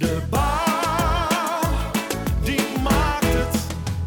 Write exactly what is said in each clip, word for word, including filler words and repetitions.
De bouw, die maakt het.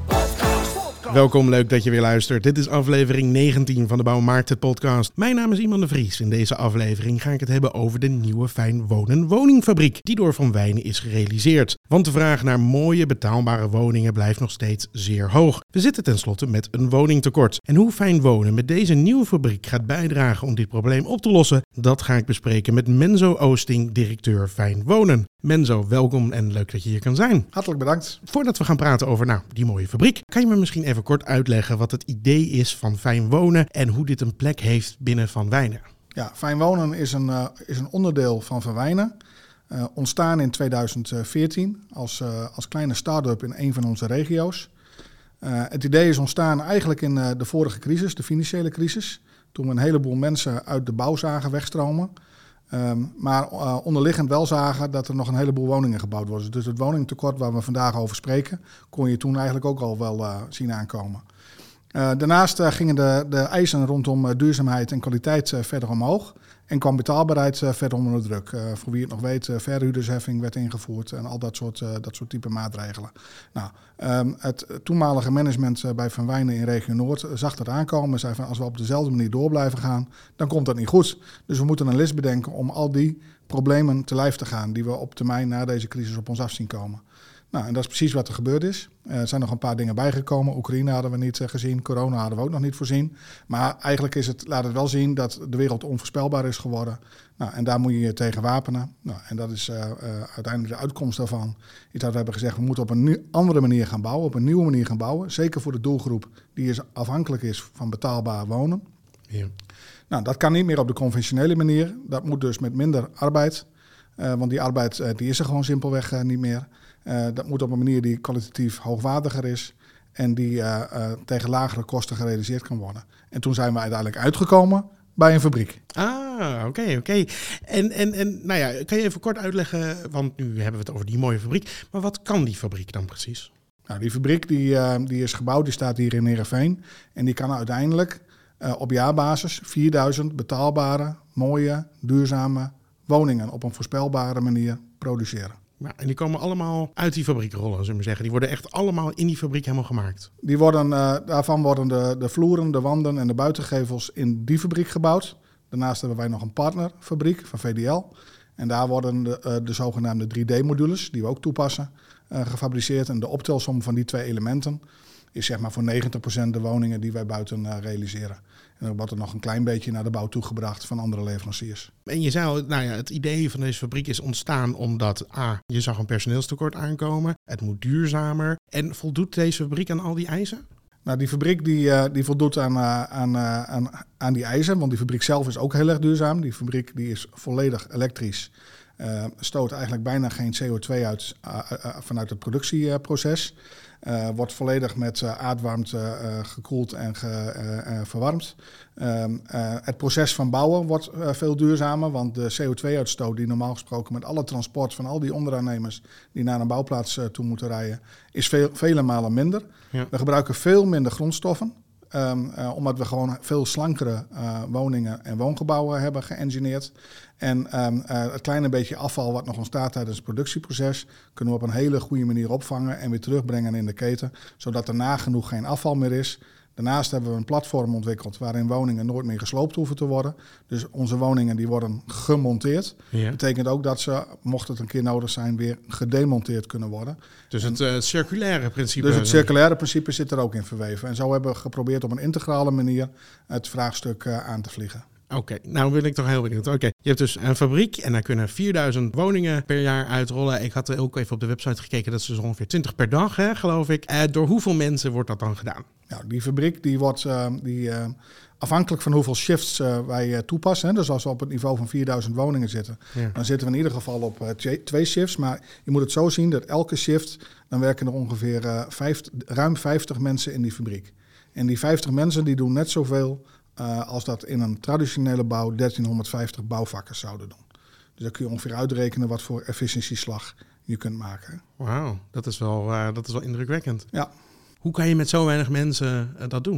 Podcast. Welkom, leuk dat je weer luistert. Dit is aflevering negentien van de Bouw Maakt het podcast. Mijn naam is Iman de Vries. In deze aflevering ga ik het hebben over de nieuwe Fijn Wonen woningfabriek die door Van Wijnen is gerealiseerd. Want de vraag naar mooie betaalbare woningen blijft nog steeds zeer hoog. We zitten tenslotte met een woningtekort. En hoe Fijn Wonen met deze nieuwe fabriek gaat bijdragen om dit probleem op te lossen, dat ga ik bespreken met Menzo Oosting, directeur Fijn Wonen. Menzo, welkom en leuk dat je hier kan zijn. Hartelijk bedankt. Voordat we gaan praten over nou, die mooie fabriek, kan je me misschien even kort uitleggen wat het idee is van Fijn Wonen en hoe dit een plek heeft binnen Van Wijnen? Ja, Fijn Wonen is een, uh, is een onderdeel van Van Wijnen. Uh, ontstaan in tweeduizend veertien als, uh, als kleine start-up in een van onze regio's. Uh, het idee is ontstaan eigenlijk in uh, de vorige crisis, de financiële crisis. Toen we een heleboel mensen uit de bouw zagen wegstromen. Um, maar uh, onderliggend wel zagen dat er nog een heleboel woningen gebouwd worden. Dus het woningtekort waar we vandaag over spreken, kon je toen eigenlijk ook al wel uh, zien aankomen. Uh, daarnaast uh, gingen de, de eisen rondom uh, duurzaamheid en kwaliteit uh, verder omhoog. En kwam betaalbaarheid uh, verder onder de druk. Uh, voor wie het nog weet, uh, verhuurdersheffing werd ingevoerd en al dat soort, uh, dat soort type maatregelen. Nou, um, het toenmalige management uh, bij Van Wijnen in regio Noord uh, zag dat aankomen. En zei van als we op dezelfde manier door blijven gaan, dan komt dat niet goed. Dus we moeten een list bedenken om al die problemen te lijf te gaan die we op termijn na deze crisis op ons af zien komen. Nou, en dat is precies wat er gebeurd is. Uh, er zijn nog een paar dingen bijgekomen. Oekraïne hadden we niet uh, gezien. Corona hadden we ook nog niet voorzien. Maar eigenlijk is het, laat het wel zien dat de wereld onvoorspelbaar is geworden. Nou, en daar moet je je tegen wapenen. Nou, en dat is uh, uh, uiteindelijk de uitkomst daarvan. Is dat we hebben gezegd, we moeten op een nu- andere manier gaan bouwen. Op een nieuwe manier gaan bouwen. Zeker voor de doelgroep die is afhankelijk is van betaalbaar wonen. Ja. Nou, dat kan niet meer op de conventionele manier. Dat moet dus met minder arbeid. Uh, want die arbeid uh, die is er gewoon simpelweg uh, niet meer. Uh, dat moet op een manier die kwalitatief hoogwaardiger is en die uh, uh, tegen lagere kosten gerealiseerd kan worden. En toen zijn we uiteindelijk uitgekomen bij een fabriek. Ah, oké, okay, oké. Okay. En, en, en nou ja, kan je even kort uitleggen, want nu hebben we het over die mooie fabriek. Maar wat kan die fabriek dan precies? Nou, die fabriek die, uh, die is gebouwd, die staat hier in Heerenveen. En die kan uiteindelijk uh, op jaarbasis vierduizend betaalbare, mooie, duurzame woningen op een voorspelbare manier produceren. Ja, en die komen allemaal uit die fabriek rollen, zullen we maar zeggen. Die worden echt allemaal in die fabriek helemaal gemaakt. Die worden, uh, daarvan worden de, de vloeren, de wanden en de buitengevels in die fabriek gebouwd. Daarnaast hebben wij nog een partnerfabriek van V D L. En daar worden de, uh, de zogenaamde drie D-modules, die we ook toepassen, uh, gefabriceerd. En de optelsom van die twee elementen is zeg maar voor negentig procent de woningen die wij buiten uh, realiseren. En dan wordt er nog een klein beetje naar de bouw toegebracht van andere leveranciers. En je zou, nou ja, het idee van deze fabriek is ontstaan omdat A, je zag een personeelstekort aankomen. Het moet duurzamer. En voldoet deze fabriek aan al die eisen? Nou, die fabriek die, uh, die voldoet aan, uh, aan, uh, aan, aan die eisen, want die fabriek zelf is ook heel erg duurzaam. Die fabriek die is volledig elektrisch. Uh, stoot eigenlijk bijna geen C O twee uit uh, uh, vanuit het productieproces. Uh, wordt volledig met uh, aardwarmte uh, gekoeld en ge, uh, uh, verwarmd. Uh, uh, het proces van bouwen wordt uh, veel duurzamer, want de C O twee uitstoot die normaal gesproken met alle transport van al die onderaannemers die naar een bouwplaats uh, toe moeten rijden, is veel, vele malen minder. Ja. We gebruiken veel minder grondstoffen. Um, uh, omdat we gewoon veel slankere uh, woningen en woongebouwen hebben geëngineerd. En um, uh, het kleine beetje afval wat nog ontstaat tijdens het productieproces kunnen we op een hele goede manier opvangen en weer terugbrengen in de keten, zodat er nagenoeg geen afval meer is. Daarnaast hebben we een platform ontwikkeld waarin woningen nooit meer gesloopt hoeven te worden. Dus onze woningen die worden gemonteerd. Dat ja. betekent ook dat ze, mocht het een keer nodig zijn, weer gedemonteerd kunnen worden. Dus het uh, circulaire principe. Dus het circulaire principe zit er ook in verweven. En zo hebben we geprobeerd op een integrale manier het vraagstuk uh, aan te vliegen. Oké, okay, nou ben ik toch heel benieuwd. Oké, okay. Je hebt dus een fabriek en daar kunnen vierduizend woningen per jaar uitrollen. Ik had ook even op de website gekeken, dat is dus ongeveer twintig per dag, hè, geloof ik. Uh, door hoeveel mensen wordt dat dan gedaan? Nou, die fabriek die wordt uh, die, uh, afhankelijk van hoeveel shifts uh, wij uh, toepassen. Hè, dus als we op het niveau van vierduizend woningen zitten, ja. dan zitten we in ieder geval op uh, twee, twee shifts. Maar je moet het zo zien dat elke shift, dan werken er ongeveer uh, vijf, ruim vijftig mensen in die fabriek. En die vijftig mensen die doen net zoveel Uh, als dat in een traditionele bouw dertienhonderdvijftig bouwvakkers zouden doen. Dus dan kun je ongeveer uitrekenen wat voor efficiëntieslag je kunt maken. Wauw, dat is wel, uh, dat is wel indrukwekkend. Ja. Hoe kan je met zo weinig mensen uh, dat doen?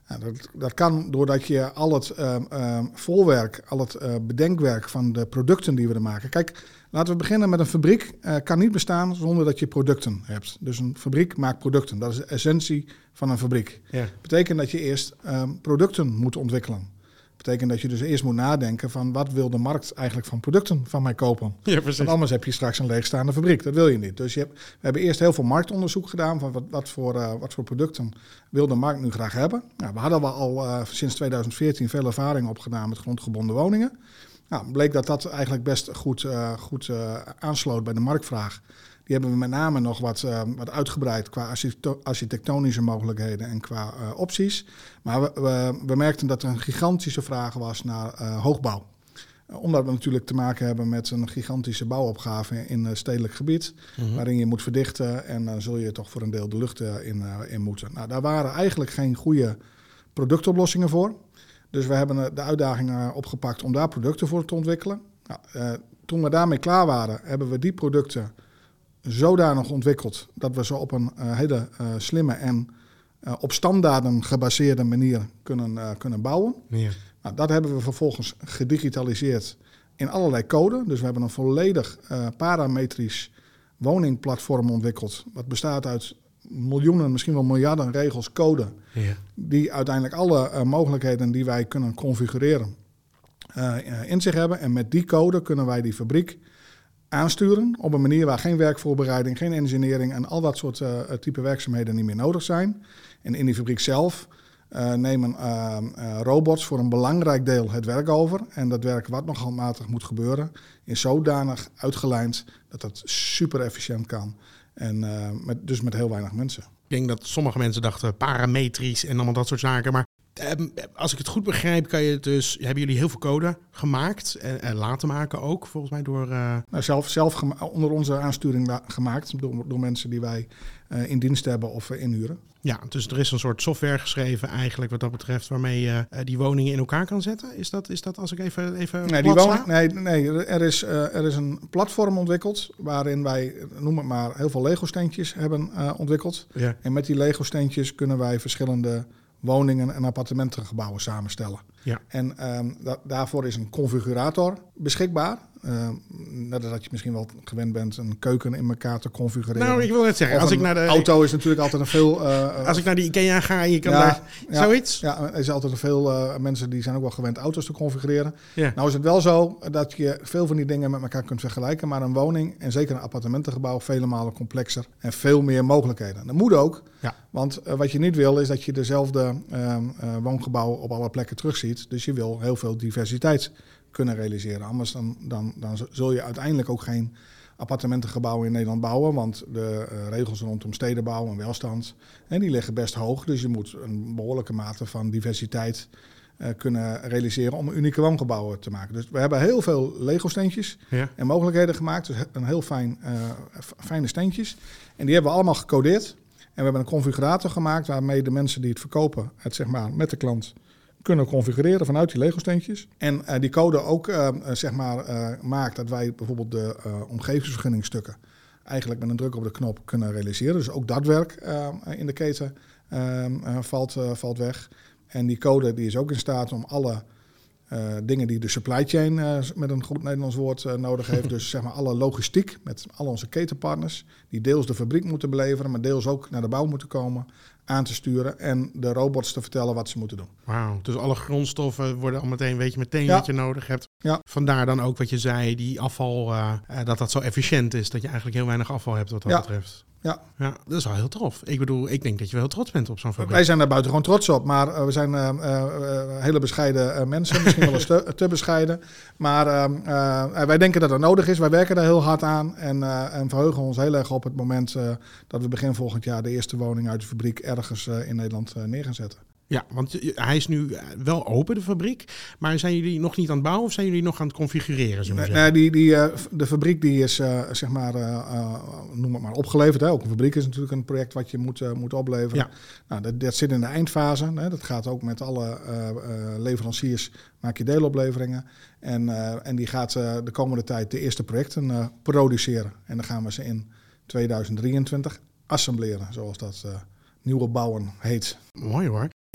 Nou, dat, dat kan doordat je al het uh, uh, voorwerk, al het uh, bedenkwerk van de producten die we er maken. Kijk, laten we beginnen met een fabriek. Uh, kan niet bestaan zonder dat je producten hebt. Dus een fabriek maakt producten. Dat is de essentie van een fabriek. Ja. Dat betekent dat je eerst uh, producten moet ontwikkelen. Dat betekent dat je dus eerst moet nadenken van wat wil de markt eigenlijk van producten van mij kopen. Ja, precies. Want anders heb je straks een leegstaande fabriek. Dat wil je niet. Dus je hebt, we hebben eerst heel veel marktonderzoek gedaan van wat, wat, voor, uh, wat voor producten wil de markt nu graag hebben. Nou, we hadden wel al uh, sinds tweeduizend veertien veel ervaring opgedaan met grondgebonden woningen. Nou, bleek dat dat eigenlijk best goed, uh, goed uh, aansloot bij de marktvraag. Die hebben we met name nog wat, uh, wat uitgebreid qua architectonische mogelijkheden en qua uh, opties. Maar we, we, we merkten dat er een gigantische vraag was naar uh, hoogbouw. Uh, omdat we natuurlijk te maken hebben met een gigantische bouwopgave in uh, stedelijk gebied. Mm-hmm. Waarin je moet verdichten en dan uh, zul je toch voor een deel de lucht uh, in, uh, in moeten. Nou, daar waren eigenlijk geen goede productoplossingen voor. Dus we hebben de uitdaging uh, opgepakt om daar producten voor te ontwikkelen. Nou, uh, toen we daarmee klaar waren, hebben we die producten zodanig ontwikkeld dat we ze op een uh, hele uh, slimme en uh, op standaarden gebaseerde manier kunnen, uh, kunnen bouwen. Ja. Nou, dat hebben we vervolgens gedigitaliseerd in allerlei code. Dus we hebben een volledig uh, parametrisch woningplatform ontwikkeld. Wat bestaat uit miljoenen, misschien wel miljarden regels code. Ja. Die uiteindelijk alle uh, mogelijkheden die wij kunnen configureren uh, uh, in zich hebben. En met die code kunnen wij die fabriek aansturen op een manier waar geen werkvoorbereiding, geen engineering en al dat soort uh, type werkzaamheden niet meer nodig zijn. En in die fabriek zelf uh, nemen uh, uh, robots voor een belangrijk deel het werk over. En dat werk wat nog handmatig moet gebeuren is zodanig uitgelijnd dat dat super efficiënt kan. En uh, met, dus met heel weinig mensen. Ik denk dat sommige mensen dachten parametrisch en allemaal dat soort zaken. Maar um, als ik het goed begrijp, kan je het dus, hebben jullie heel veel code gemaakt en, en laten maken ook, volgens mij door... Uh... Nou, zelf zelf gema- onder onze aansturing la- gemaakt door, door mensen die wij uh, in dienst hebben of uh, inhuren. Ja, dus er is een soort software geschreven eigenlijk wat dat betreft, waarmee je uh, die woningen in elkaar kan zetten. Is dat, is dat als ik even, even nee, die woning, nee, nee, er is, uh, er is een platform ontwikkeld waarin wij, noem het maar, heel veel Lego-steentjes hebben uh, ontwikkeld. Ja. En met die Lego-steentjes kunnen wij verschillende woningen en appartementengebouwen samenstellen. Ja. En um, da- daarvoor is een configurator beschikbaar. Uh, net als dat je misschien wel gewend bent een keuken in elkaar te configureren. Nou, ik wil net zeggen, Of als een ik naar de auto is natuurlijk altijd een veel... Uh, als ik naar de IKEA ga en je kan ja, daar ja, zoiets. Ja, er zijn altijd veel uh, mensen die zijn ook wel gewend auto's te configureren. Ja. Nou is het wel zo dat je veel van die dingen met elkaar kunt vergelijken. Maar een woning en zeker een appartementengebouw vele malen complexer en veel meer mogelijkheden. Dat moet ook. Ja. Want uh, wat je niet wil is dat je dezelfde uh, uh, woongebouwen op alle plekken terugziet. Dus je wil heel veel diversiteit kunnen realiseren. Anders dan, dan, dan zul je uiteindelijk ook geen appartementengebouwen in Nederland bouwen. Want de uh, regels rondom stedenbouw en welstand, en die liggen best hoog. Dus je moet een behoorlijke mate van diversiteit uh, kunnen realiseren om unieke woongebouwen te maken. Dus we hebben heel veel Lego-steentjes ja. en mogelijkheden gemaakt. Dus een heel fijn, uh, fijne steentjes. En die hebben we allemaal gecodeerd. En we hebben een configurator gemaakt waarmee de mensen die het verkopen, het zeg maar met de klant, kunnen configureren vanuit die Lego-steentjes. En uh, die code ook uh, zeg maar, uh, maakt dat wij bijvoorbeeld de uh, omgevingsvergunningsstukken eigenlijk met een druk op de knop kunnen realiseren. Dus ook dat werk uh, in de keten uh, uh, valt, uh, valt weg. En die code die is ook in staat om alle uh, dingen die de supply chain uh, met een goed Nederlands woord uh, nodig heeft. Dus zeg maar alle logistiek met al onze ketenpartners die deels de fabriek moeten beleveren, maar deels ook naar de bouw moeten komen, aan te sturen en de robots te vertellen wat ze moeten doen. Wauw, dus alle grondstoffen worden al meteen, weet je meteen ja. wat je nodig hebt. Ja. Vandaar dan ook wat je zei, die afval, uh, dat dat zo efficiënt is, dat je eigenlijk heel weinig afval hebt wat dat ja. betreft. Ja. ja, dat is wel heel tof. Ik bedoel, ik denk dat je wel heel trots bent op zo'n fabriek. Wij zijn daar buiten gewoon trots op, maar uh, we zijn uh, uh, hele bescheiden uh, mensen, misschien wel eens te, te bescheiden. Maar uh, uh, wij denken dat dat nodig is, wij werken daar heel hard aan en, uh, en verheugen ons heel erg op het moment uh, dat we begin volgend jaar de eerste woning uit de fabriek ergens uh, in Nederland uh, neer gaan zetten. Ja, want hij is nu wel open, de fabriek. Maar zijn jullie nog niet aan het bouwen of zijn jullie nog aan het configureren? Zo nee, nee, die, die, uh, de fabriek die is uh, zeg maar, uh, uh, noem het maar, opgeleverd. Hè. Ook een fabriek is natuurlijk een project wat je moet, uh, moet opleveren. Ja. Nou, dat, dat zit in de eindfase. Hè. Dat gaat ook met alle uh, uh, leveranciers, maak je deelopleveringen. En, uh, en die gaat uh, de komende tijd de eerste projecten uh, produceren. En dan gaan we ze in tweeduizend drieëntwintig assembleren, zoals dat uh, nieuwe bouwen heet. Mooi hoor.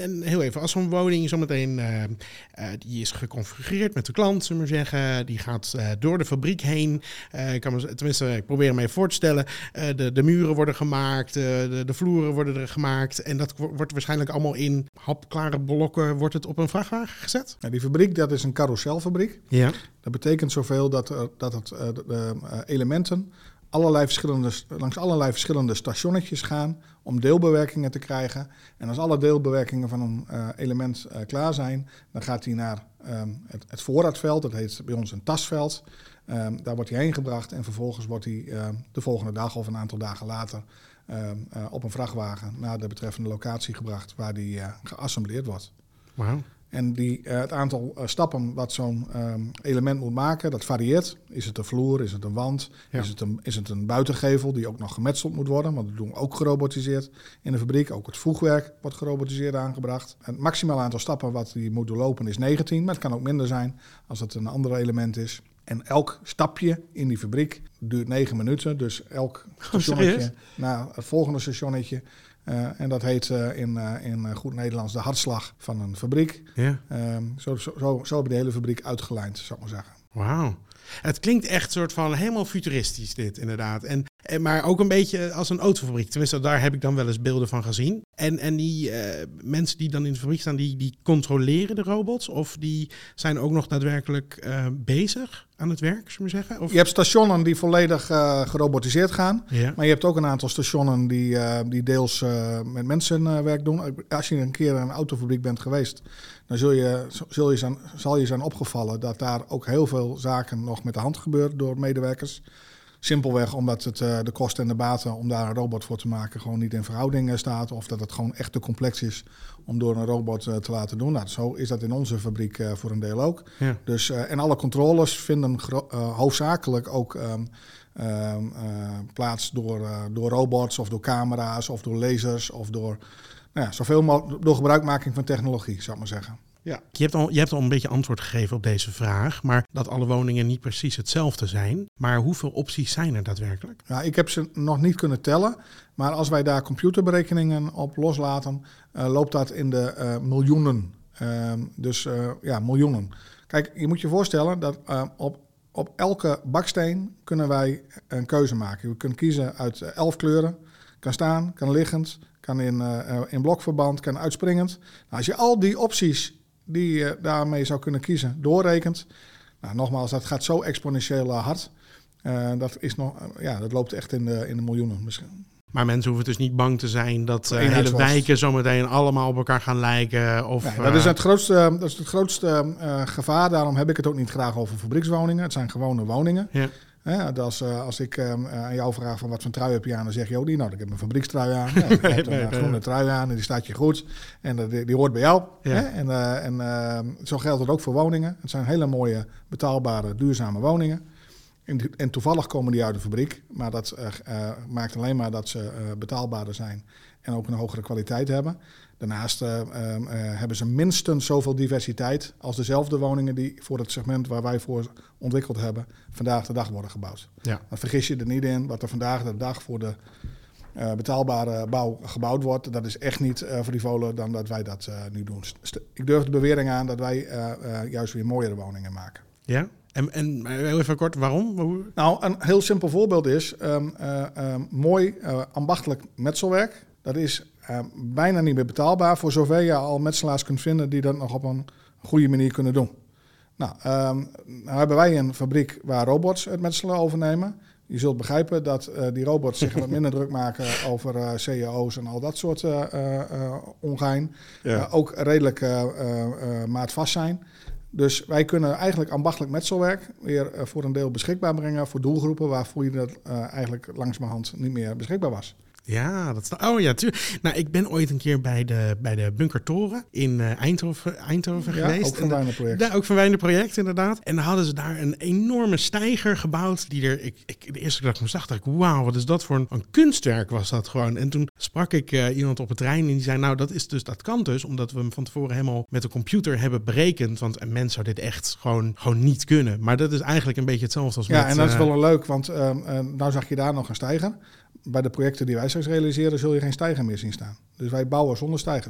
En heel even, als zo'n woning zometeen uh, uh, die is geconfigureerd met de klant, zullen we maar zeggen, die gaat uh, door de fabriek heen. Uh, ik kan me, tenminste, ik probeer me even voor te stellen. Uh, de, de muren worden gemaakt, uh, de, de vloeren worden er gemaakt. En dat wordt waarschijnlijk allemaal in hapklare blokken, wordt het op een vrachtwagen gezet? Ja, die fabriek, dat is een carouselfabriek. Ja. Dat betekent zoveel dat, uh, dat het, uh, de uh, elementen allerlei verschillende, langs allerlei verschillende stationnetjes gaan om deelbewerkingen te krijgen. En als alle deelbewerkingen van een uh, element uh, klaar zijn, dan gaat hij naar um, het, het voorraadveld. Dat heet bij ons een tasveld. Um, daar wordt hij heen gebracht en vervolgens wordt hij uh, de volgende dag of een aantal dagen later uh, uh, op een vrachtwagen naar de betreffende locatie gebracht waar die uh, geassembleerd wordt. Wauw. En die, uh, het aantal uh, stappen wat zo'n um, element moet maken, dat varieert. Is het een vloer, is het een wand, ja. is, het een, is het een buitengevel die ook nog gemetseld moet worden. Want dat doen we ook gerobotiseerd in de fabriek. Ook het voegwerk wordt gerobotiseerd aangebracht. Het maximaal aantal stappen wat die moet doorlopen is negentien. Maar het kan ook minder zijn als het een ander element is. En elk stapje in die fabriek duurt negen minuten. Dus elk stationnetje naar het volgende stationnetje. Uh, en dat heet uh, in, uh, in goed Nederlands de hartslag van een fabriek. Ja. Uh, zo, zo, zo, zo hebben we de hele fabriek uitgelijnd, zou ik maar zeggen. Wauw. Het klinkt echt soort van helemaal futuristisch dit, inderdaad. En, en, maar ook een beetje als een autofabriek. Tenminste, daar heb ik dan wel eens beelden van gezien. En, en die uh, mensen die dan in de fabriek staan, die, die controleren de robots? Of die zijn ook nog daadwerkelijk uh, bezig aan het werk, zullen we zeggen? Of... Je hebt stationen die volledig uh, gerobotiseerd gaan. Ja. Maar je hebt ook een aantal stationen die, uh, die deels uh, met mensenwerk uh, doen. Als je een keer in een autofabriek bent geweest, dan zul je, zul je zijn, zal je zijn opgevallen dat daar ook heel veel zaken nog met de hand gebeuren door medewerkers. Simpelweg omdat het, uh, de kosten en de baten om daar een robot voor te maken gewoon niet in verhouding staat. Of dat het gewoon echt te complex is om door een robot uh, te laten doen. Nou, zo is dat in onze fabriek uh, voor een deel ook. Ja. Dus, uh, en alle controles vinden gro- uh, hoofdzakelijk ook um, uh, uh, plaats door, uh, door robots of door camera's of door lasers of door, nou ja, zoveel mogelijk door gebruikmaking van technologie, zou ik maar zeggen. Ja. Je hebt, al, je hebt al een beetje antwoord gegeven op deze vraag, maar dat alle woningen niet precies hetzelfde zijn. Maar hoeveel opties zijn er daadwerkelijk? Ja, ik heb ze nog niet kunnen tellen, maar als wij daar computerberekeningen op loslaten, uh, loopt dat in de uh, miljoenen. Uh, dus uh, ja, miljoenen. Kijk, je moet je voorstellen dat uh, op, op elke baksteen kunnen wij een keuze maken. We kunnen kiezen uit uh, elf kleuren. Kan staan, kan liggend, kan in, uh, in blokverband, kan uitspringend. Nou, als je al die opties die je daarmee zou kunnen kiezen, doorrekent. Nou, nogmaals, dat gaat zo exponentieel hard. Uh, dat, is nog, uh, ja, dat loopt echt in de, in de miljoenen misschien. Maar mensen hoeven dus niet bang te zijn dat uh, hele wijken zometeen allemaal op elkaar gaan lijken. Of, nee, dat is het grootste, dat is het grootste uh, gevaar. Daarom heb ik het ook niet graag over fabriekswoningen. Het zijn gewone woningen. Ja. Ja, als, uh, als ik uh, aan jou vraag van wat voor trui heb je aan, dan zeg je ook niet, nou, ik heb een fabriekstrui aan. Ja, ik heb een nee, groene nee. trui aan en die staat je goed. En uh, die, die hoort bij jou. Ja. Hè? En, uh, en uh, zo geldt het ook voor woningen. Het zijn hele mooie, betaalbare, duurzame woningen. En, en toevallig komen die uit de fabriek. Maar dat uh, uh, maakt alleen maar dat ze uh, betaalbaarder zijn en ook een hogere kwaliteit hebben. Daarnaast uh, uh, uh, hebben ze minstens zoveel diversiteit als dezelfde woningen die voor het segment waar wij voor ontwikkeld hebben vandaag de dag worden gebouwd. Ja. Dan vergis je er niet in wat er vandaag de dag voor de uh, betaalbare bouw gebouwd wordt. Dat is echt niet uh, frivole dan dat wij dat uh, nu doen. St- Ik durf de bewering aan dat wij uh, uh, juist weer mooiere woningen maken. Ja? En, en even kort, waarom? Hoe? Nou, een heel simpel voorbeeld is um, uh, uh, mooi uh, ambachtelijk metselwerk. Dat is uh, bijna niet meer betaalbaar voor zover je al metselaars kunt vinden die dat nog op een goede manier kunnen doen. Nou, um, nou hebben wij een fabriek waar robots het metselen overnemen. Je zult begrijpen dat uh, die robots zich wat minder druk maken over uh, C E O's en al dat soort uh, uh, ongein. Ja. Uh, ook redelijk uh, uh, uh, maatvast zijn. Dus wij kunnen eigenlijk ambachtelijk metselwerk weer uh, voor een deel beschikbaar brengen voor doelgroepen waarvoor je dat uh, eigenlijk langzamerhand niet meer beschikbaar was. Ja, dat is. Oh ja, tuurlijk. Nou, ik ben ooit een keer bij de, bij de Bunkertoren in uh, Eindhoven, Eindhoven ja, geweest. Ook van Wijnenproject. Ja, ook van Wijnenproject, inderdaad. En dan hadden ze daar een enorme steiger gebouwd. Die er, ik, ik, de eerste keer dat ik me zag, dacht ik, wauw, wat is dat voor een, een kunstwerk was dat gewoon. En toen sprak ik uh, iemand op het terrein en die zei, nou, dat is dus, dat kan dus, omdat we hem van tevoren helemaal met de computer hebben berekend. Want een mens zou dit echt gewoon, gewoon niet kunnen. Maar dat is eigenlijk een beetje hetzelfde als ja, met... Ja, en dat uh, is wel leuk, want uh, uh, nou zag je daar nog een steiger. Bij de projecten die wij straks realiseren zul je geen steiger meer zien staan. Dus wij bouwen zonder steigers.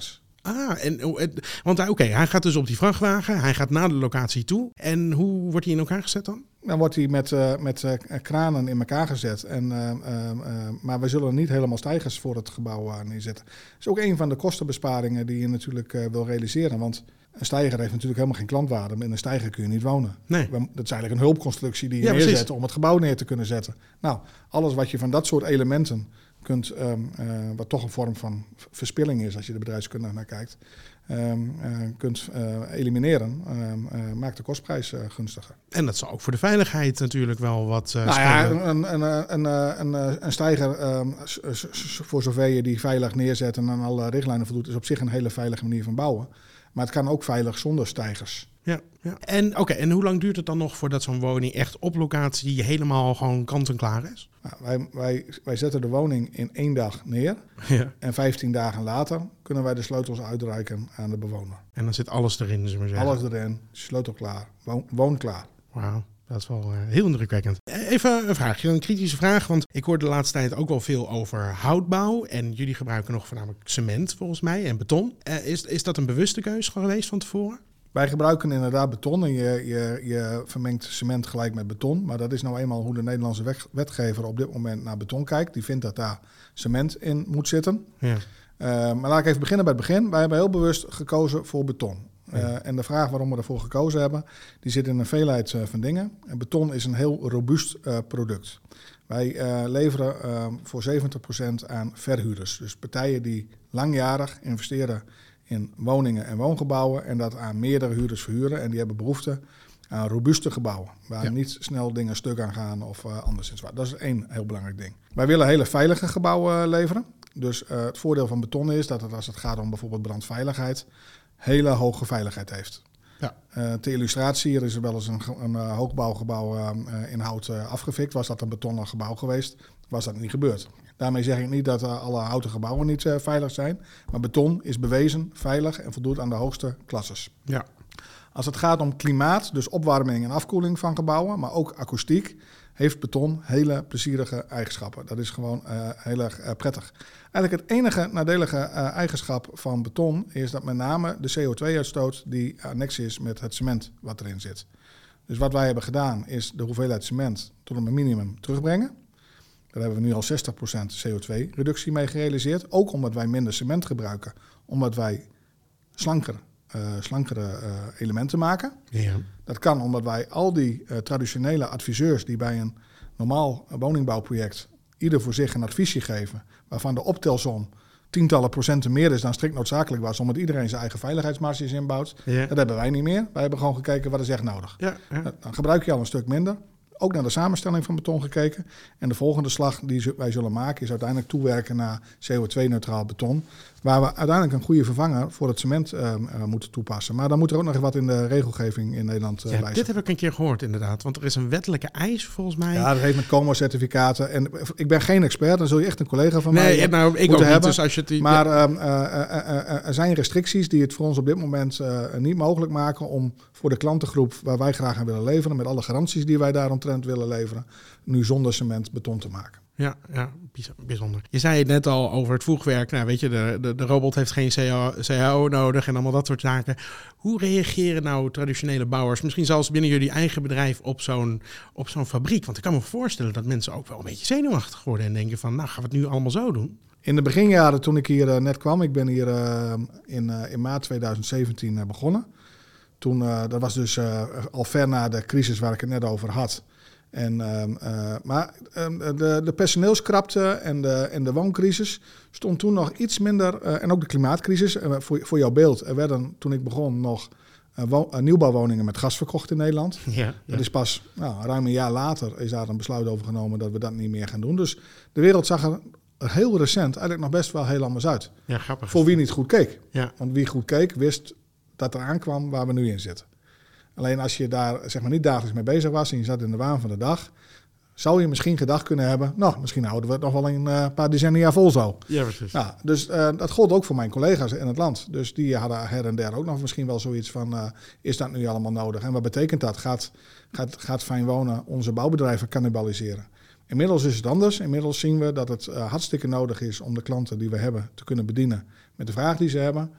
Ah, en, want oké, okay, hij gaat dus op die vrachtwagen, hij gaat naar de locatie toe. En hoe wordt hij in elkaar gezet dan? Dan wordt hij met, uh, met uh, kranen in elkaar gezet. En, uh, uh, uh, maar we zullen niet helemaal stijgers voor het gebouw uh, neerzetten. Dat is ook een van de kostenbesparingen die je natuurlijk uh, wil realiseren. Want een steiger heeft natuurlijk helemaal geen klantwaarde. Met een steiger kun je niet wonen. Nee. Dat is eigenlijk een hulpconstructie die je ja, neerzet precies. om het gebouw neer te kunnen zetten. Nou, alles wat je van dat soort elementen kunt, um, uh, wat toch een vorm van verspilling is als je de bedrijfskunde naar kijkt, um, uh, kunt uh, elimineren, um, uh, maakt de kostprijs uh, gunstiger. En dat zal ook voor de veiligheid natuurlijk wel wat uh, nou ja, een, een, een, een, een, een steiger, um, voor zover je die veilig neerzet en aan alle richtlijnen voldoet, is op zich een hele veilige manier van bouwen. Maar het kan ook veilig zonder steigers. Ja, ja. En oké, okay, en hoe lang duurt het dan nog voordat zo'n woning echt op locatie helemaal gewoon kant en klaar is? Nou, wij, wij, wij zetten de woning in één dag neer. Ja. En vijftien dagen later kunnen wij de sleutels uitreiken aan de bewoner. En dan zit alles erin, zullen we zeggen. Alles erin, sleutel klaar, woon, woon klaar. Wauw. Dat is wel uh, heel indrukwekkend. Even een vraagje, een kritische vraag. Want ik hoor de laatste tijd ook wel veel over houtbouw. En jullie gebruiken nog voornamelijk cement volgens mij en beton. Uh, is, is dat een bewuste keuze geweest van tevoren? Wij gebruiken inderdaad beton en je, je, je vermengt cement gelijk met beton. Maar dat is nou eenmaal hoe de Nederlandse wetgever op dit moment naar beton kijkt. Die vindt dat daar cement in moet zitten. Ja. Uh, maar laat ik even beginnen bij het begin. Wij hebben heel bewust gekozen voor beton. Uh, ja. En de vraag waarom we ervoor gekozen hebben, die zit in een veelheid uh, van dingen. En beton is een heel robuust uh, product. Wij uh, leveren uh, voor zeventig procent aan verhuurders. Dus partijen die langjarig investeren in woningen en woongebouwen en dat aan meerdere huurders verhuren. En die hebben behoefte aan robuuste gebouwen, waar ja. niet snel dingen stuk aan gaan of uh, anderszins. Dat is één heel belangrijk ding. Wij willen hele veilige gebouwen uh, leveren. Dus uh, het voordeel van beton is dat het, als het gaat om bijvoorbeeld brandveiligheid, hele hoge veiligheid heeft. Ja. Uh, ter illustratie, hier is er wel eens een, een uh, hoogbouwgebouw uh, in hout uh, afgefikt. Was dat een betonnen gebouw geweest, was dat niet gebeurd. Daarmee zeg ik niet dat uh, alle houten gebouwen niet uh, veilig zijn. Maar beton is bewezen veilig en voldoet aan de hoogste klasses. Ja. Als het gaat om klimaat, dus opwarming en afkoeling van gebouwen, maar ook akoestiek, heeft beton hele plezierige eigenschappen. Dat is gewoon uh, heel erg uh, prettig. Eigenlijk het enige nadelige uh, eigenschap van beton is dat met name de C O twee uitstoot die annex is met het cement wat erin zit. Dus wat wij hebben gedaan is de hoeveelheid cement tot een minimum terugbrengen. Daar hebben we nu al zestig procent C O twee reductie mee gerealiseerd. Ook omdat wij minder cement gebruiken, omdat wij slanker Uh, slankere uh, elementen maken. Ja. Dat kan omdat wij al die uh, traditionele adviseurs die bij een normaal uh, woningbouwproject ieder voor zich een adviesje geven, waarvan de optelsom tientallen procenten meer is dan strikt noodzakelijk was, omdat iedereen zijn eigen veiligheidsmarges inbouwt. Ja. Dat hebben wij niet meer. Wij hebben gewoon gekeken wat is echt nodig. Ja, ja. Dan gebruik je al een stuk minder. Ook naar de samenstelling van beton gekeken. En de volgende slag die wij zullen maken is uiteindelijk toewerken naar C O twee neutraal beton. Waar we uiteindelijk een goede vervanger voor het cement uh, uh, moeten toepassen. Maar dan moet er ook nog wat in de regelgeving in Nederland uh, ja, bij. Dit heb ik een keer gehoord inderdaad. Want er is een wettelijke eis volgens mij. Ja, dat heeft met C O M O-certificaten. En ik ben geen expert, dan zul je echt een collega van nee, mij nou, ik ook hebben. Niet, dus als je het, die, maar uh, uh, uh, uh, er zijn restricties die het voor ons op dit moment uh, niet mogelijk maken om voor de klantengroep waar wij graag aan willen leveren, met alle garanties die wij daaromtrent willen leveren, nu zonder cement beton te maken. Ja, ja, bijzonder. Je zei het net al over het voegwerk. Nou, weet je, de, de, de robot heeft geen C H O nodig en allemaal dat soort zaken. Hoe reageren nou traditionele bouwers, misschien zelfs binnen jullie eigen bedrijf, op zo'n, op zo'n fabriek? Want ik kan me voorstellen dat mensen ook wel een beetje zenuwachtig worden en denken van, nou, gaan we het nu allemaal zo doen? In de beginjaren toen ik hier uh, net kwam, ik ben hier uh, in, uh, in maart tweeduizend zeventien uh, begonnen. Toen, uh, dat was dus uh, al ver na de crisis waar ik het net over had. En, uh, uh, maar uh, de, de personeelskrapte en de, en de wooncrisis stond toen nog iets minder. Uh, en ook de klimaatcrisis. Uh, voor, voor jouw beeld, er werden toen ik begon nog uh, wo- uh, nieuwbouwwoningen met gas verkocht in Nederland. Ja, ja. Dat is pas nou, ruim een jaar later is daar een besluit over genomen dat we dat niet meer gaan doen. Dus de wereld zag er heel recent eigenlijk nog best wel heel anders uit. Ja, grappig. Voor wie niet goed keek. Ja. Want wie goed keek wist dat er aankwam waar we nu in zitten. Alleen als je daar zeg maar niet dagelijks mee bezig was en je zat in de waan van de dag, zou je misschien gedacht kunnen hebben, nou, misschien houden we het nog wel een uh, paar decennia vol zo. Ja, precies. Nou, dus uh, dat gold ook voor mijn collega's in het land. Dus die hadden her en der ook nog misschien wel zoiets van, uh, is dat nu allemaal nodig? En wat betekent dat? Gaat, gaat, gaat Fijn Wonen onze bouwbedrijven cannibaliseren? Inmiddels is het anders. Inmiddels zien we dat het uh, hartstikke nodig is om de klanten die we hebben te kunnen bedienen met de vraag die ze hebben.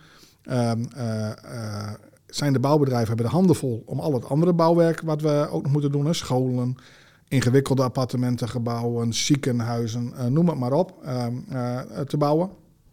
Um, uh, uh, zijn de bouwbedrijven hebben de handen vol om al het andere bouwwerk wat we ook nog moeten doen. Hè? Scholen, ingewikkelde appartementengebouwen, ziekenhuizen, uh, noem het maar op, uh, uh, te bouwen.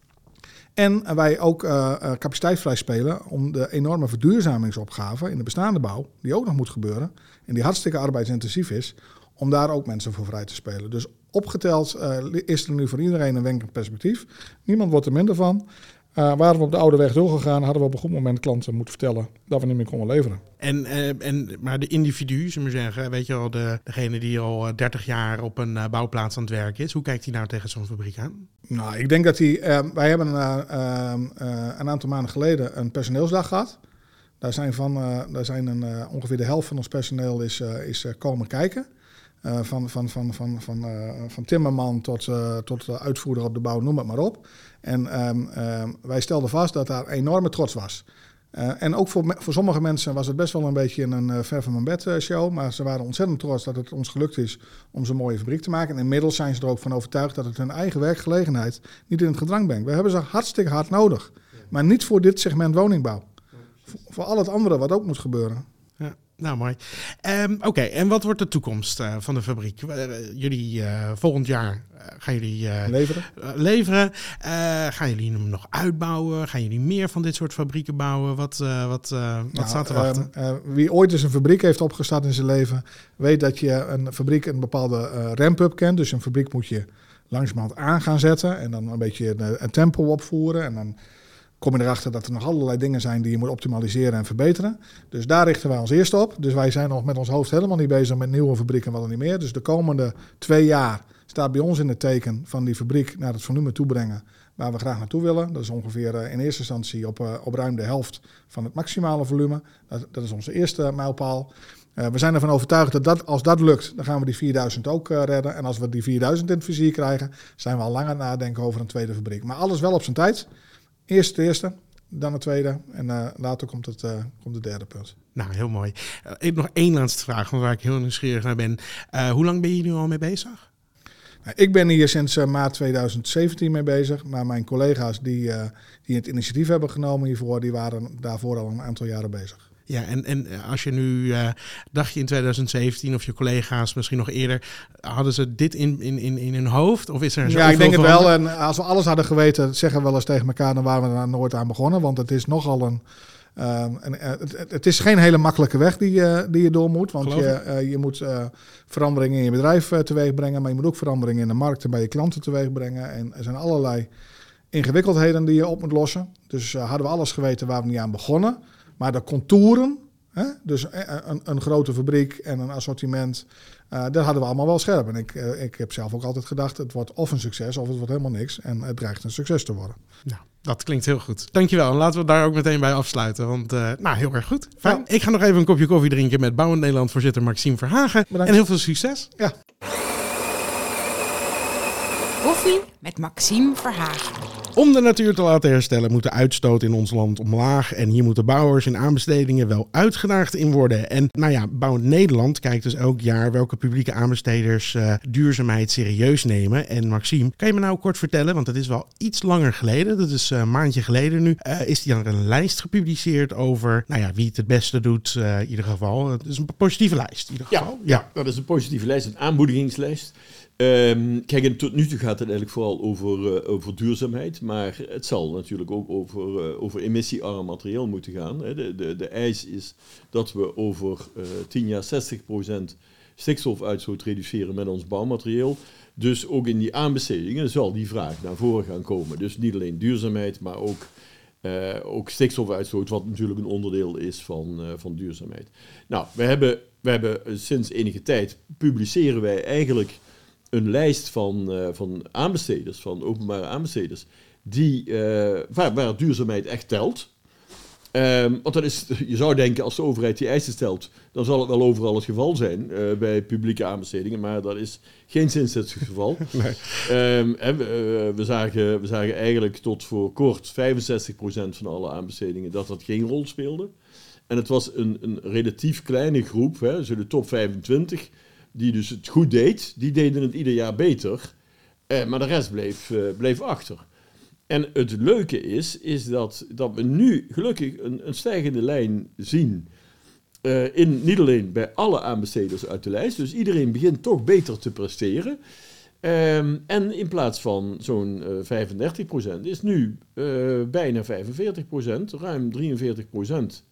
En wij ook uh, uh, capaciteit vrij spelen om de enorme verduurzamingsopgave in de bestaande bouw, die ook nog moet gebeuren, en die hartstikke arbeidsintensief is, om daar ook mensen voor vrij te spelen. Dus opgeteld uh, is er nu voor iedereen een wenkend perspectief. Niemand wordt er minder van. Uh, waren we op de oude weg doorgegaan, hadden we op een goed moment klanten moeten vertellen dat we niet meer konden leveren. En, uh, en, maar de individu, zullen we zeggen, weet je wel, de, degene die al dertig jaar op een uh, bouwplaats aan het werken is, hoe kijkt hij nou tegen zo'n fabriek aan? Nou, ik denk dat hij, uh, wij hebben uh, uh, uh, een aantal maanden geleden een personeelsdag gehad. Daar zijn, van, uh, daar zijn een, uh, ongeveer de helft van ons personeel is, uh, is uh, komen kijken. Uh, van, van, van, van, van, uh, van timmerman tot, uh, tot uh, uitvoerder op de bouw, noem het maar op. En um, um, wij stelden vast dat daar enorme trots was. Uh, en ook voor, me, voor sommige mensen was het best wel een beetje een uh, ver van mijn bed uh, show. Maar ze waren ontzettend trots dat het ons gelukt is om zo'n mooie fabriek te maken. En inmiddels zijn ze er ook van overtuigd dat het hun eigen werkgelegenheid niet in het gedrang brengt. We hebben ze hartstikke hard nodig. Maar niet voor dit segment woningbouw. Voor, voor al het andere wat ook moet gebeuren. Ja. Nou, mooi. Um, Oké, okay, en wat wordt de toekomst uh, van de fabriek? Uh, jullie uh, volgend jaar uh, gaan jullie uh, leveren. Uh, leveren. Uh, gaan jullie hem nog uitbouwen? Gaan jullie meer van dit soort fabrieken bouwen? Wat, uh, wat, uh, wat nou, staat te wachten? Uh, uh, wie ooit eens een fabriek heeft opgestart in zijn leven, weet dat je een fabriek een bepaalde uh, ramp-up kent. Dus een fabriek moet je langzamerhand aan gaan zetten en dan een beetje een, een tempo opvoeren en dan kom je erachter dat er nog allerlei dingen zijn die je moet optimaliseren en verbeteren. Dus daar richten wij ons eerst op. Dus wij zijn nog met ons hoofd helemaal niet bezig met nieuwe fabrieken en wat dan niet meer. Dus de komende twee jaar staat bij ons in het teken van die fabriek naar het volume toebrengen waar we graag naartoe willen. Dat is ongeveer uh, in eerste instantie op, uh, op ruim de helft van het maximale volume. Dat, dat is onze eerste mijlpaal. Uh, we zijn ervan overtuigd dat, dat als dat lukt, dan gaan we die vierduizend ook uh, redden. En als we die vierduizend in het vizier krijgen, zijn we al langer nadenken over een tweede fabriek. Maar alles wel op zijn tijd. Eerst de eerste, dan de tweede en uh, later komt het, uh, komt het derde punt. Nou, heel mooi. Uh, ik heb nog één laatste vraag, waar ik heel nieuwsgierig naar ben. Uh, hoe lang ben je nu al mee bezig? Nou, ik ben hier sinds uh, maart tweeduizend zeventien mee bezig, maar mijn collega's die, uh, die het initiatief hebben genomen hiervoor, die waren daarvoor al een aantal jaren bezig. Ja, en, en als je nu, uh, dacht je in tweeduizend zeventien of je collega's misschien nog eerder, hadden ze dit in, in, in, in hun hoofd? Of is er ja, ik denk het wel. En als we alles hadden geweten, zeggen we wel eens tegen elkaar, dan waren we er nooit aan begonnen. Want het is nogal een, uh, een het, het is geen hele makkelijke weg die, uh, die je door moet. Want je, uh, je moet uh, veranderingen in je bedrijf uh, teweeg brengen, maar je moet ook veranderingen in de markt en bij je klanten teweeg brengen. En er zijn allerlei ingewikkeldheden die je op moet lossen. Dus uh, hadden we alles geweten, waar we niet aan begonnen. Maar de contouren, hè, dus een, een grote fabriek en een assortiment, uh, dat hadden we allemaal wel scherp. En ik, uh, ik heb zelf ook altijd gedacht, het wordt of een succes of het wordt helemaal niks. En het dreigt een succes te worden. Nou, dat klinkt heel goed. Dankjewel. En laten we daar ook meteen bij afsluiten. Want, uh, nou, heel erg goed. Fijn. Ja. Ik ga nog even een kopje koffie drinken met Bouwend Nederland voorzitter Maxime Verhagen. Bedankt. En heel veel succes. Ja. Koffie met Maxime Verhagen. Om de natuur te laten herstellen moet de uitstoot in ons land omlaag. En hier moeten bouwers in aanbestedingen wel uitgedaagd in worden. En nou ja, Bouwend Nederland kijkt dus elk jaar welke publieke aanbesteders uh, duurzaamheid serieus nemen. En Maxime, kan je me nou kort vertellen, want het is wel iets langer geleden, dat is uh, een maandje geleden nu, uh, is die aan een lijst gepubliceerd over nou ja, wie het het beste doet uh, in ieder geval. Het is een positieve lijst in ieder geval. Ja, ja. ja, dat is een positieve lijst, een aanmoedigingslijst. Um, kijk, en tot nu toe gaat het eigenlijk vooral over, uh, over duurzaamheid, maar het zal natuurlijk ook over, uh, over emissiearm materieel moeten gaan. Hè. De, de, de eis is dat we over uh, tien jaar zestig procent stikstofuitstoot reduceren met ons bouwmaterieel. Dus ook in die aanbestedingen zal die vraag naar voren gaan komen. Dus niet alleen duurzaamheid, maar ook, uh, ook stikstofuitstoot, wat natuurlijk een onderdeel is van, uh, van duurzaamheid. Nou, we hebben, we hebben uh, sinds enige tijd publiceren wij eigenlijk een lijst van, uh, van aanbesteders, van openbare aanbesteders, die, uh, waar, waar duurzaamheid echt telt. Um, want dat is, je zou denken, als de overheid die eisen stelt, dan zal het wel overal het geval zijn uh, bij publieke aanbestedingen, maar dat is geen sinds het geval. Nee. Um, en we, uh, we, zagen, we zagen eigenlijk tot voor kort vijfenzestig procent van alle aanbestedingen dat dat geen rol speelde. En het was een, een relatief kleine groep, hè, zo de top vijfentwintig, die dus het goed deed, die deden het ieder jaar beter. Eh, maar de rest bleef, uh, bleef achter. En het leuke is, is dat, dat we nu gelukkig een, een stijgende lijn zien. Uh, in, niet alleen bij alle aanbesteders uit de lijst. Dus iedereen begint toch beter te presteren. Um, en in plaats van zo'n uh, vijfendertig procent is nu uh, bijna vijfenveertig procent, ruim drieënveertig procent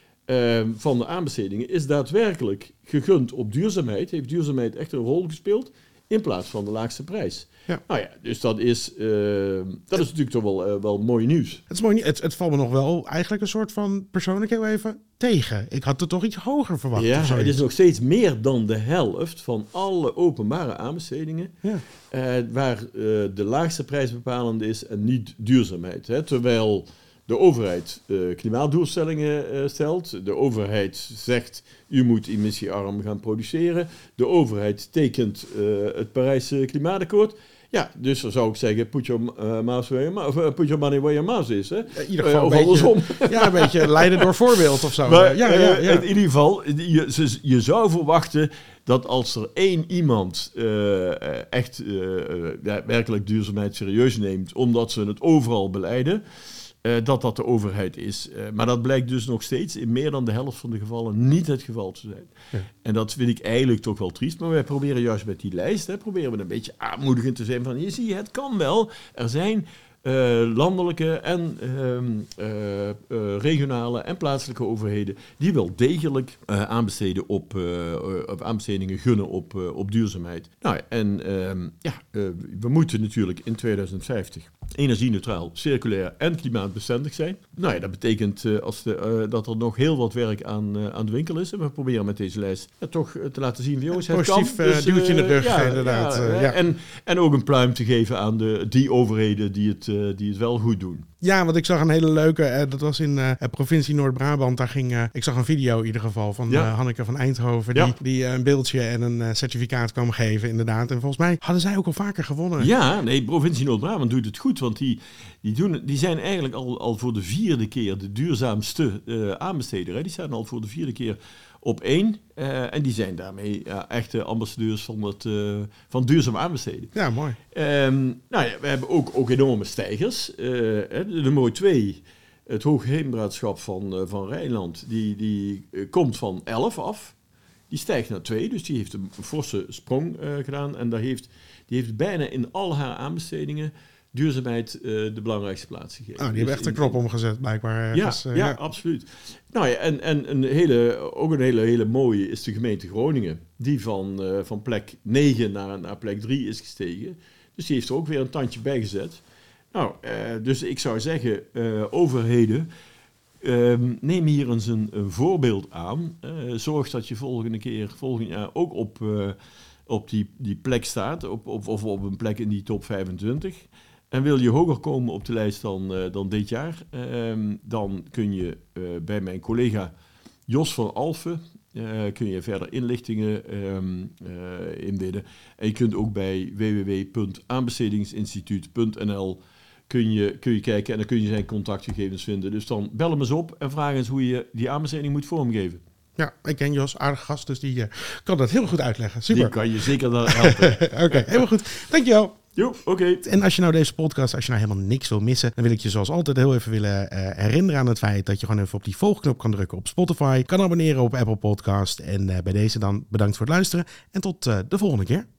uh, van de aanbestedingen is daadwerkelijk gegund op duurzaamheid. Heeft duurzaamheid echt een rol gespeeld in plaats van de laagste prijs. Ja. Nou ja, dus dat is, uh, dat is natuurlijk toch wel, uh, wel mooi nieuws. Het is mooi, het, het valt me nog wel eigenlijk een soort van persoonlijk heel even tegen. Ik had het toch iets hoger verwacht. Ja, het is nog steeds meer dan de helft van alle openbare aanbestedingen, ja. uh, waar uh, de laagste prijs bepalend is en niet duurzaamheid. Hè? Terwijl de overheid uh, klimaatdoelstellingen uh, stelt. De overheid zegt, u moet emissiearm gaan produceren. De overheid tekent uh, het Parijse Klimaatakkoord. Ja, dus dan zou ik zeggen, put your, uh, mouse where your, of, uh, put your money where your mouse is. Hè? In ieder geval uh, of andersom. Ja, een beetje leiden door voorbeeld of zo. Maar, ja, ja, ja. In ieder geval, je, je zou verwachten dat als er één iemand uh, echt uh, uh, werkelijk duurzaamheid serieus neemt, omdat ze het overal beleiden, Uh, dat dat de overheid is. Uh, maar dat blijkt dus nog steeds in meer dan de helft van de gevallen niet het geval te zijn. Ja. En dat vind ik eigenlijk toch wel triest. Maar wij proberen juist met die lijst, hè, proberen we een beetje aanmoedigend te zijn van, je ziet, het kan wel. Er zijn uh, landelijke en uh, uh, uh, regionale en plaatselijke overheden die wel degelijk uh, aanbesteden op, uh, uh, aanbestedingen gunnen op, uh, op duurzaamheid. Nou ja, en uh, ja, uh, we moeten natuurlijk in tweeduizend vijftig energie-neutraal, circulair en klimaatbestendig zijn. Nou ja, dat betekent uh, als de, uh, dat er nog heel wat werk aan, uh, aan de winkel is. En we proberen met deze lijst uh, toch uh, te laten zien, jongens, het positief kan. Dus, uh, duwtje in de rug, ja, inderdaad. Ja, uh, ja. En, en ook een pluim te geven aan de, die overheden die het, uh, die het wel goed doen. Ja, want ik zag een hele leuke, uh, dat was in uh, provincie Noord-Brabant. Daar ging, uh, ik zag een video in ieder geval van ja. uh, Hanneke van Eindhoven. Die, ja. die uh, een beeldje en een uh, certificaat kwam geven, inderdaad. En volgens mij hadden zij ook al vaker gewonnen. Ja, nee, provincie Noord-Brabant doet het goed. Want die, die, doen, die zijn eigenlijk al, al voor de vierde keer de duurzaamste uh, aanbesteder. Hè. Die staan al voor de vierde keer op één. Uh, en die zijn daarmee ja, echte ambassadeurs van, het, uh, van duurzaam aanbesteden. Ja, mooi. Um, nou ja, we hebben ook, ook enorme stijgers. Uh, de nummer twee, het Hoogheemraadschap van, uh, van Rijnland, die, die uh, komt van elf af. Die stijgt naar twee, dus die heeft een forse sprong uh, gedaan. En daar heeft, die heeft bijna in al haar aanbestedingen duurzaamheid uh, de belangrijkste plaats gegeven. Oh, die hebben dus echt een knop omgezet, blijkbaar. Ja, dus, uh, ja, ja, absoluut. Nou ja, en, en een hele, ook een hele, hele mooie is de gemeente Groningen, die van, uh, van plek negen naar, naar plek drie is gestegen. Dus die heeft er ook weer een tandje bij gezet. Nou, uh, dus ik zou zeggen, uh, overheden, uh, neem hier eens een, een voorbeeld aan. Uh, zorg dat je volgende keer, volgend jaar ook op, uh, op die, die plek staat, op, op, of op een plek in die top vijfentwintig. En wil je hoger komen op de lijst dan, uh, dan dit jaar, uh, dan kun je uh, bij mijn collega Jos van Alphen, uh, kun je verder inlichtingen um, uh, inbieden. En je kunt ook bij w w w punt aanbestedingsinstituut punt n l kun je, kun je kijken en dan kun je zijn contactgegevens vinden. Dus dan bel hem eens op en vraag eens hoe je die aanbesteding moet vormgeven. Ja, ik ken Jos, aardig gast, dus die uh, kan dat heel goed uitleggen. Super. Die kan je zeker dan helpen. Oké, okay, helemaal goed. Dankjewel. Jo, oké. Okay. En als je nou deze podcast, als je nou helemaal niks wil missen, dan wil ik je zoals altijd heel even willen uh, herinneren aan het feit dat je gewoon even op die volgknop kan drukken op Spotify, kan abonneren op Apple Podcast. En uh, bij deze dan bedankt voor het luisteren en tot uh, de volgende keer.